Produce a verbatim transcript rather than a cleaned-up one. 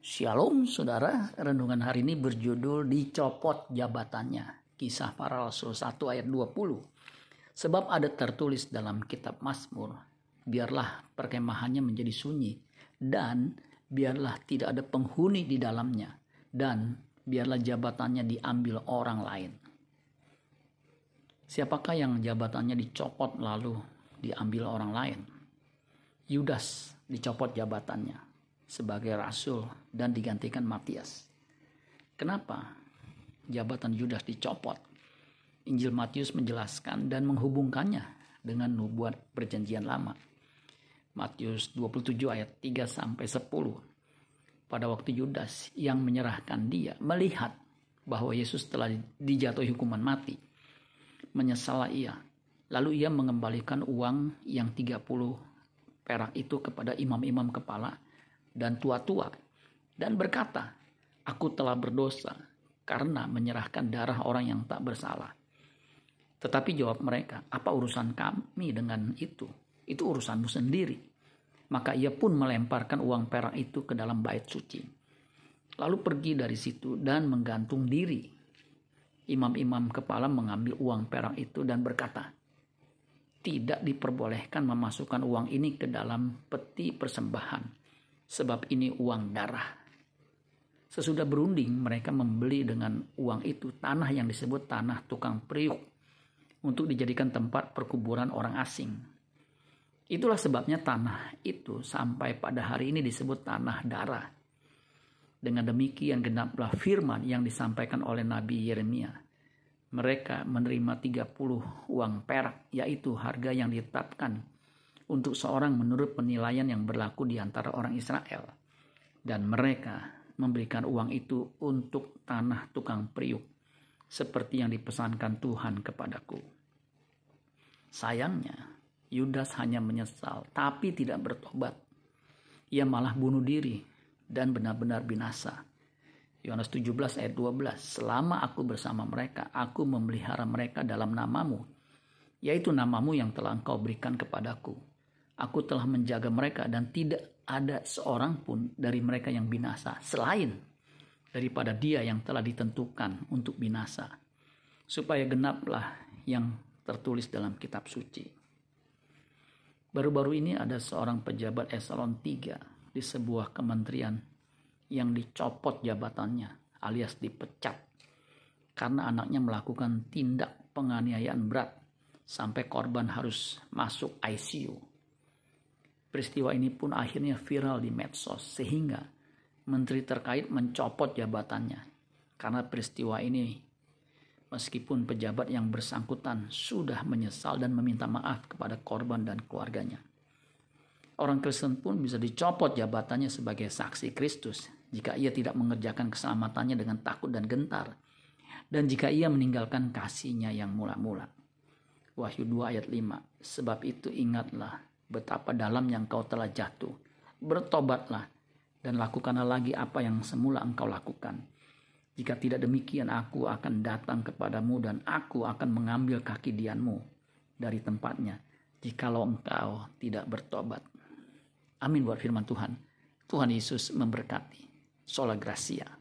Shalom saudara, renungan hari ini berjudul dicopot jabatannya. Kisah Para Rasul satu ayat dua puluh. Sebab ada tertulis dalam kitab Mazmur, biarlah perkemahannya menjadi sunyi dan biarlah tidak ada penghuni di dalamnya dan biarlah jabatannya diambil orang lain. Siapakah yang jabatannya dicopot lalu diambil orang lain? Yudas dicopot jabatannya sebagai rasul dan digantikan Matias. Kenapa jabatan Yudas dicopot? Injil Matius menjelaskan dan menghubungkannya dengan nubuat perjanjian lama. Matius dua puluh tujuh ayat tiga sampai sepuluh. Pada waktu Yudas yang menyerahkan dia melihat bahwa Yesus telah dijatuhi hukuman mati, menyesallah ia. Lalu ia mengembalikan uang yang tiga puluh perak itu kepada imam-imam kepala dan tua-tua dan berkata, aku telah berdosa karena menyerahkan darah orang yang tak bersalah. Tetapi jawab mereka, apa urusan kami dengan itu? Itu urusanmu sendiri. Maka ia pun melemparkan uang perak itu ke dalam bait suci. Lalu pergi dari situ dan menggantung diri. Imam-imam kepala mengambil uang perak itu dan berkata, tidak diperbolehkan memasukkan uang ini ke dalam peti persembahan, sebab ini uang darah. Sesudah berunding, mereka membeli dengan uang itu tanah yang disebut tanah tukang periuk untuk dijadikan tempat perkuburan orang asing. Itulah sebabnya tanah itu sampai pada hari ini disebut tanah darah. Dengan demikian genaplah firman yang disampaikan oleh Nabi Yeremia. Mereka menerima tiga puluh uang perak, yaitu harga yang ditetapkan untuk seorang menurut penilaian yang berlaku di antara orang Israel. Dan mereka memberikan uang itu untuk tanah tukang periuk, seperti yang dipesankan Tuhan kepadaku. Sayangnya, Yudas hanya menyesal, tapi tidak bertobat. Ia malah bunuh diri dan benar-benar binasa. Yohanes tujuh belas ayat dua belas, selama aku bersama mereka, aku memelihara mereka dalam namamu, yaitu namamu yang telah engkau berikan kepadaku. Aku telah menjaga mereka dan tidak ada seorang pun dari mereka yang binasa selain daripada dia yang telah ditentukan untuk binasa, supaya genaplah yang tertulis dalam kitab suci. Baru-baru ini ada seorang pejabat eselon tiga di sebuah kementerian yang dicopot jabatannya alias dipecat karena anaknya melakukan tindak penganiayaan berat sampai korban harus masuk I C U. Peristiwa ini pun akhirnya viral di medsos sehingga menteri terkait mencopot jabatannya karena peristiwa ini, meskipun pejabat yang bersangkutan sudah menyesal dan meminta maaf kepada korban dan keluarganya. Orang Kristen pun bisa dicopot jabatannya sebagai saksi Kristus jika ia tidak mengerjakan keselamatannya dengan takut dan gentar, dan jika ia meninggalkan kasihnya yang mula-mula. Wahyu dua ayat lima, sebab itu ingatlah betapa dalam yang kau telah jatuh. Bertobatlah dan lakukanlah lagi apa yang semula engkau lakukan. Jika tidak demikian, aku akan datang kepadamu dan aku akan mengambil kaki dianmu dari tempatnya, jikalau engkau tidak bertobat. Amin buat firman Tuhan. Tuhan Yesus memberkati. Sola Gracia.